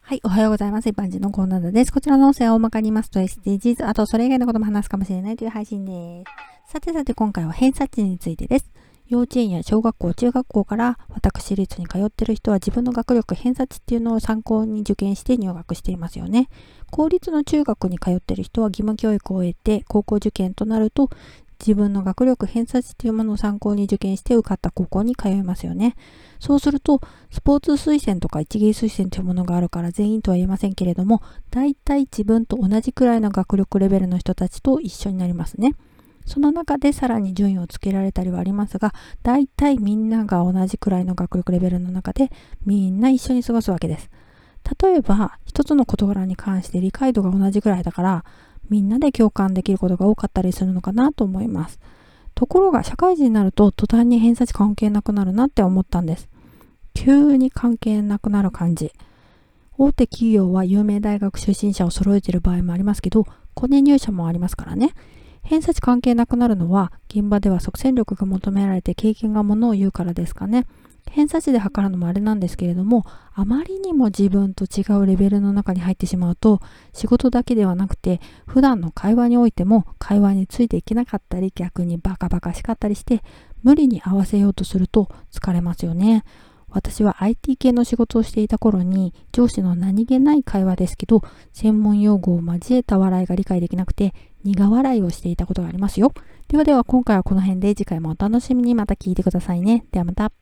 はい、おはようございます。一般人のコーナーです。こちらの音声は大まかに言いますと SDGs、あとそれ以外のことも話すかもしれないという配信です。さて今回は偏差値についてです。幼稚園や小学校、中学校から私立に通っている人は自分の学力偏差値っていうのを参考に受験して入学していますよね。公立の中学に通っている人は義務教育を終えて高校受験となると自分の学力偏差値というものを参考に受験して受かった高校に通いますよね。そうすると、スポーツ推薦とか一芸推薦というものがあるから全員とは言えませんけれども、大体自分と同じくらいの学力レベルの人たちと一緒になりますね。その中でさらに順位をつけられたりはありますが、大体みんなが同じくらいの学力レベルの中でみんな一緒に過ごすわけです。例えば、一つの事柄に関して理解度が同じくらいだから、みんなで共感できることが多かったりするのかなと思います。ところが社会人になると途端に偏差値関係なくなるなって思ったんです。急に関係なくなる感じ。大手企業は有名大学出身者を揃えている場合もありますけど、コネ入社もありますからね。偏差値関係なくなるのは現場では即戦力が求められて経験がものを言うからですかね。偏差値で測るのもあれなんですけれども、あまりにも自分と違うレベルの中に入ってしまうと、仕事だけではなくて普段の会話においても会話についていけなかったり、逆にバカバカしかったりして無理に合わせようとすると疲れますよね。私は IT 系の仕事をしていた頃に上司の何気ない会話ですけど、専門用語を交えた笑いが理解できなくて苦笑いをしていたことがありますよ。では今回はこの辺で、次回もお楽しみに。また聞いてくださいね。ではまた。